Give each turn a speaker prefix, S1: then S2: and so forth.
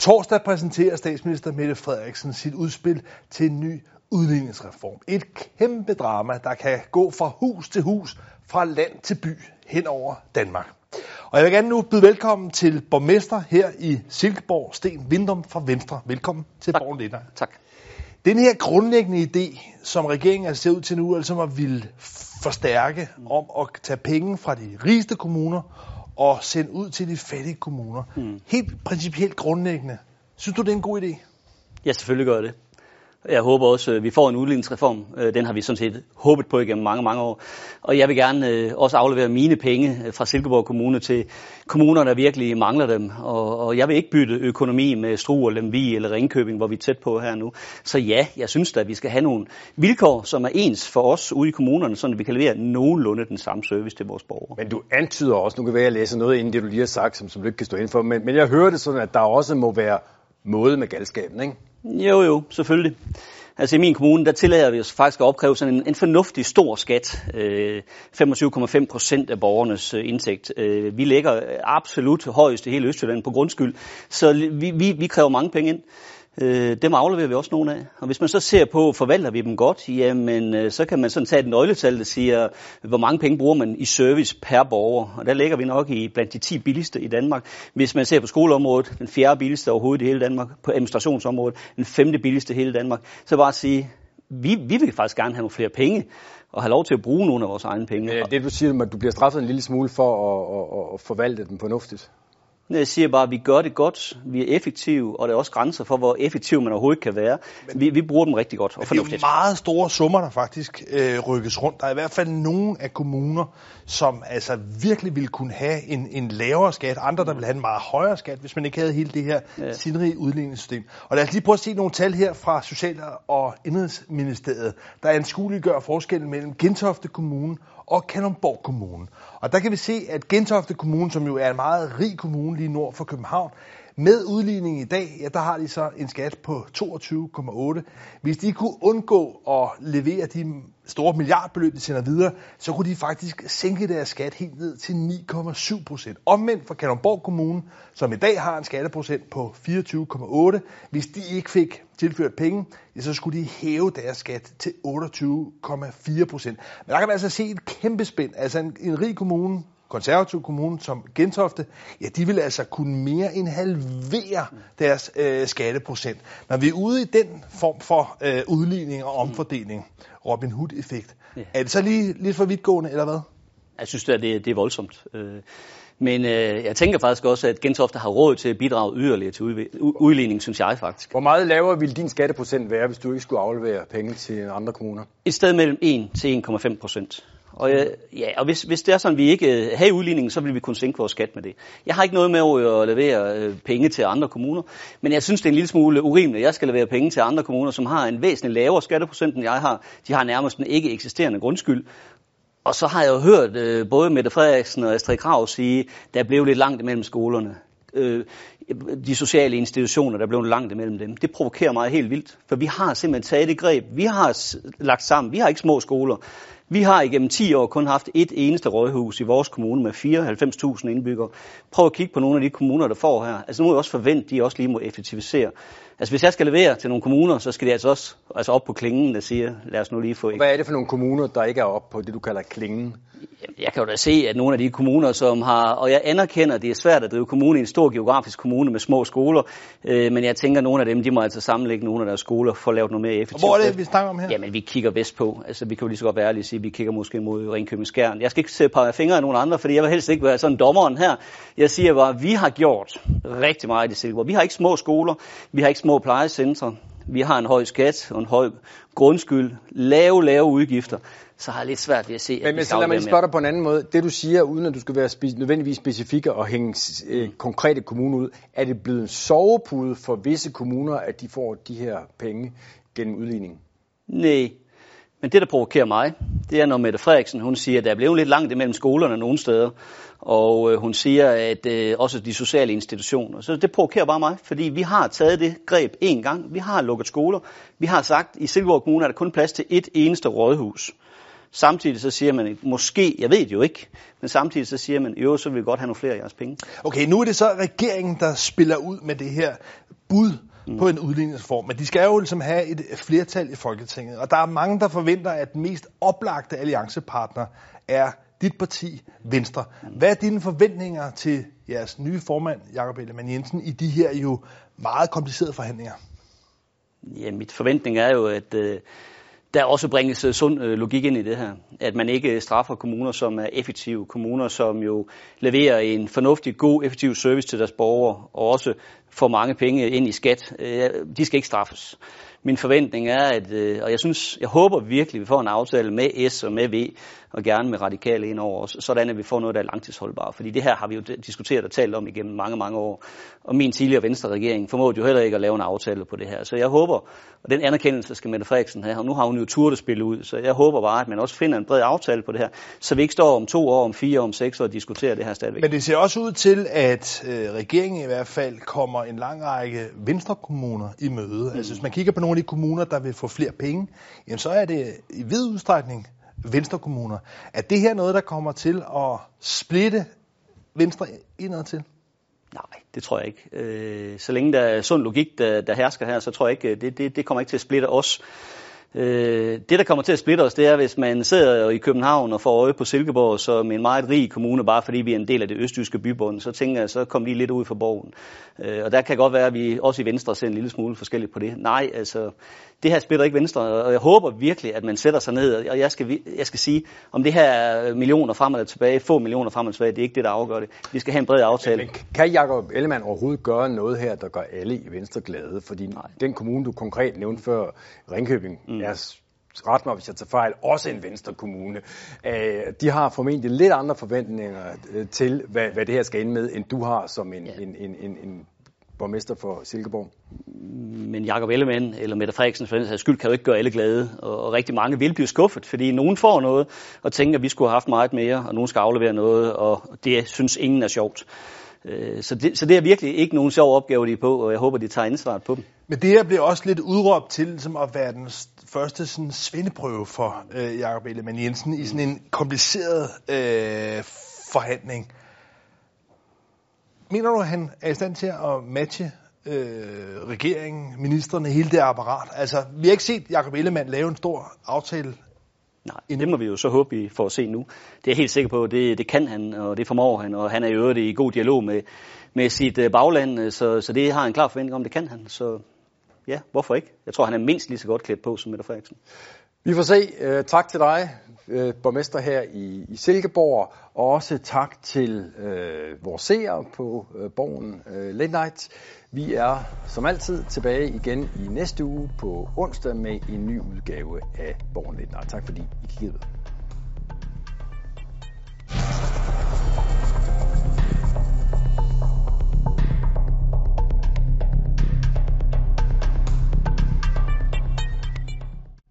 S1: Torsdag præsenterer statsminister Mette Frederiksen sit udspil til en ny udligningsreform. Et kæmpe drama, der kan gå fra hus til hus, fra land til by, hen over Danmark. Og jeg vil gerne nu byde velkommen til borgmester her i Silkeborg, Sten Vindum fra Venstre. Velkommen til Borgen Linder.
S2: Tak.
S1: Den her grundlæggende idé, som regeringen ser ud til nu, altså at ville forstærke om at tage penge fra de rigeste kommuner og sende ud til de fattige kommuner. Helt principielt grundlæggende. Synes du, det er en god idé?
S2: Ja, selvfølgelig gør jeg det. Jeg håber også, at vi får en udligningsreform. Den har vi sådan set håbet på igennem mange, mange år. Og jeg vil gerne også aflevere mine penge fra Silkeborg Kommune til kommuner, der virkelig mangler dem. Og jeg vil ikke bytte økonomi med Struer, Lemvig eller Ringkøbing, hvor vi er tæt på her nu. Så ja, jeg synes at vi skal have nogle vilkår, som er ens for os ude i kommunerne, så vi kan levere nogenlunde den samme service til vores borgere.
S3: Men du antyder også, nu kan være, at jeg læser noget inden det, du lige har sagt, som du ikke kan stå ind for. Men jeg hører det sådan, at der også må være måde med galskaben, ikke?
S2: Jo, selvfølgelig. Altså i min kommune, der tillader vi os faktisk at opkræve sådan en fornuftig stor skat. 25,5% af borgernes indtægt. Vi ligger absolut højest i hele Østjylland på grundskyld, så vi kræver mange penge ind. Dem afleverer vi også nogle af. Og hvis man så ser på, forvalter vi dem godt, jamen så kan man sådan tage et nøgletal, der siger, hvor mange penge bruger man i service per borger. Og der ligger vi nok blandt de 10 billigste i Danmark. Hvis man ser på skoleområdet, den 4. billigste overhovedet i hele Danmark. På administrationsområdet, den 5. billigste i hele Danmark. Så bare at sige, vi vil faktisk gerne have nogle flere penge og have lov til at bruge nogle af vores egne penge.
S3: Det du siger, at du bliver straffet en lille smule for at forvalte dem fornuftigt.
S2: Jeg siger bare, at vi gør det godt, vi er effektive, og der er også grænser for, hvor effektiv man overhovedet kan være. Vi bruger dem rigtig godt og fornuftigt.
S1: Det er meget store summer, der faktisk rykkes rundt. Der er i hvert fald nogle af kommuner, som altså virkelig ville kunne have en lavere skat. Andre, der vil have en meget højere skat, hvis man ikke havde hele det her sindrige udligningssystem. Og lad os lige prøve at se nogle tal her fra Social- og Indenrigsministeriet, der anskueliggør forskellen mellem Gentofte Kommune og Kalundborg Kommune. Og der kan vi se, at Gentofte Kommune, som jo er en meget rig kommune lige nord for København, med udligning i dag, ja, der har de så en skat på 22,8. Hvis de kunne undgå at levere de store milliardbeløb, de sender videre, så kunne de faktisk sænke deres skat helt ned til 9,7%. Omvendt for Kalundborg Kommune, som i dag har en skatteprocent på 24,8. Hvis de ikke fik tilført penge, ja, så skulle de hæve deres skat til 28,4%. Men der kan man altså se et kæmpe spænd. Altså en rig kommune, konservativ kommune som Gentofte, ja, de vil altså kunne mere end halvere deres skatteprocent. Når vi er ude i den form for udligning og omfordeling, Robin Hood-effekt, er det så lige lidt for vidtgående, eller hvad?
S2: Jeg synes, at det er voldsomt. Men jeg tænker faktisk også, at Gentofte har råd til at bidrage yderligere til udligning, synes jeg faktisk.
S3: Hvor meget lavere ville din skatteprocent være, hvis du ikke skulle aflevere penge til andre kommuner?
S2: Et sted mellem 1 til 1,5%. Og hvis det er sådan, at vi ikke har udligningen, så vil vi kunne sænke vores skat med det. Jeg har ikke noget med at levere penge til andre kommuner, men jeg synes, det er en lille smule urimeligt. Jeg skal levere penge til andre kommuner, som har en væsentligt lavere skatteprocent, end jeg har. De har nærmest en ikke eksisterende grundskyld. Og så har jeg jo hørt både Mette Frederiksen og Astrid Krag sige, der blev lidt langt imellem skolerne. De sociale institutioner, der blev langt imellem dem. Det provokerer mig helt vildt, for vi har simpelthen taget det greb. Vi har lagt sammen. Vi har ikke små skoler. Vi har igennem 10 år kun haft et eneste rådhus i vores kommune med 94.000 indbyggere. Prøv at kigge på nogle af de kommuner, der får her. Altså nu må jeg også forvente, at de også lige må effektivisere. Altså hvis jeg skal levere til nogle kommuner, så skal de altså også op på klingen, der siger, lad os nu lige få...
S3: Hvad er det for nogle kommuner, der ikke er oppe på det, du kalder klingen?
S2: Jeg kan jo da se, at nogle af de kommuner, som har... Og jeg anerkender, at det er svært at drive kommune i en stor geografisk kommune med små skoler. Men jeg tænker, at nogle af dem, de må altså sammenlægge nogle af deres skoler for at lave noget mere effektivt.
S1: Og hvor er det, vi snakker om her?
S2: Jamen, vi kigger vest på. Altså, vi kan jo lige så godt være ærlige sige, at vi kigger måske mod Ringkøbing Skjern. Jeg skal ikke se pege fingre af nogen andre, fordi jeg vil helst ikke være sådan dommeren her. Jeg siger bare, at vi har gjort rigtig meget i Silkeborg. Vi har ikke små skoler, vi har ikke små plejecentre. Vi har en høj skat og en høj grundskyld, lave udgifter, så har jeg lidt svært ved at se,
S3: men så lad mig lige spørge dig på en anden måde. Det du siger, uden at du skal være nødvendigvis specifik og hænge konkrete kommuner ud, er det blevet en sovepude for visse kommuner, at de får de her penge gennem udligning?
S2: Nej, men det der provokerer mig, det er når Mette Frederiksen, hun siger, at der er blevet lidt langt imellem skolerne nogle steder, og hun siger, at også de sociale institutioner. Så det provokerer bare mig, fordi vi har taget det greb en gang. Vi har lukket skoler. Vi har sagt, at i Silkeborg Kommune er der kun plads til et eneste rådhus. Samtidig så siger man, måske, jeg ved det jo ikke, men samtidig så siger man, jo, så vil vi godt have nogle flere af jeres penge.
S1: Okay, nu er det så regeringen, der spiller ud med det her bud på en udligningsreform, men de skal jo ligesom have et flertal i Folketinget, og der er mange, der forventer, at den mest oplagte alliancepartner er dit parti, Venstre. Hvad er dine forventninger til jeres nye formand, Jakob Ellemann-Jensen, i de her jo meget komplicerede forhandlinger?
S2: Ja, mit forventning er jo, at der også bringes sund logik ind i det her. At man ikke straffer kommuner, som er effektive. Kommuner, som jo leverer en fornuftig, god, effektiv service til deres borgere, og også får mange penge ind i skat. De skal ikke straffes. Min forventning er, og jeg håber virkelig, at vi får en aftale med S og med V, og gerne med radikale ind over os, sådan at vi får noget, der er langtidsholdbart. Fordi det her har vi jo diskuteret og talt om igennem mange, mange år. Og min tidligere Venstre-regering formåede jo heller ikke at lave en aftale på det her. Så jeg håber, og den anerkendelse skal Mette Frederiksen have, og nu har hun jo turde at spille ud, så jeg håber bare, at man også finder en bred aftale på det her, så vi ikke står om 2 år, om 4 år, om 6 år og diskuterer det her stadigvæk.
S1: Men det ser også ud til, at regeringen i hvert fald kommer en lang række Venstre-kommuner i møde. Altså hvis man kigger på nogle af de kommuner, der vil få flere penge, jamen, så er det i vid udstrækning Venstre-kommuner. Er det her noget, der kommer til at splitte Venstre indad til?
S2: Nej, det tror jeg ikke. Så længe der er sund logik, der hersker her, så tror jeg ikke, det kommer ikke til at splitte os. Det, der kommer til at splitte os, det er, hvis man sidder i København og får øje på Silkeborg som en meget rig kommune, bare fordi vi er en del af det østjyske bybund, så tænker jeg, så kommer de lidt ud for borgen. Og der kan godt være, at vi også i Venstre ser en lille smule forskelligt på det. Nej, altså, det her splitter ikke Venstre, og jeg håber virkelig, at man sætter sig ned, og jeg skal sige, om det her er millioner frem eller tilbage, få millioner frem eller tilbage, det er ikke det, der afgør det. Vi skal have en bred aftale.
S3: Men kan Jakob Ellemann overhovedet gøre noget her, der gør alle i Venstre glade? Fordi den kommune, du konkret nævnte før, Ringkøbing, er ret mig, hvis jeg tager fejl, også en Venstre-kommune. De har formentlig lidt andre forventninger til, hvad det her skal ende med, end du har som en borgmester for Silkeborg.
S2: Men Jakob Ellemann eller Mette Frederiksen for den sags skyld kan jo ikke gøre alle glade, og rigtig mange vil blive skuffet, fordi nogen får noget og tænker, at vi skulle have haft meget mere, og nogen skal aflevere noget, og det synes ingen er sjovt. Så det er virkelig ikke nogen sjov opgave, de er på, og jeg håber, de tager ansvaret på dem.
S1: Men det her bliver også lidt udråbt til som at være den første sådan svendeprøve for Jakob Ellemann-Jensen i sådan en kompliceret forhandling. Mener du, at han er i stand til at matche regeringen, ministerne, hele det apparat? Altså, vi har ikke set Jakob Ellemann lave en stor aftale.
S2: Nej, det må vi jo så håbe, vi får at se nu. Det er jeg helt sikker på, det kan han, og det formår han, og han er i øvrigt i god dialog med sit bagland, så det har en klar forventning om, det kan han. Så ja, hvorfor ikke? Jeg tror, han er mindst lige så godt klædt på som Mette Frederiksen.
S3: Vi får se. Tak til dig, borgmester her i Silkeborg, og også tak til vores seere på Borgen Late Night. Vi er som altid tilbage igen i næste uge på onsdag med en ny udgave af Borgen Late Night. Tak fordi I kiggede med.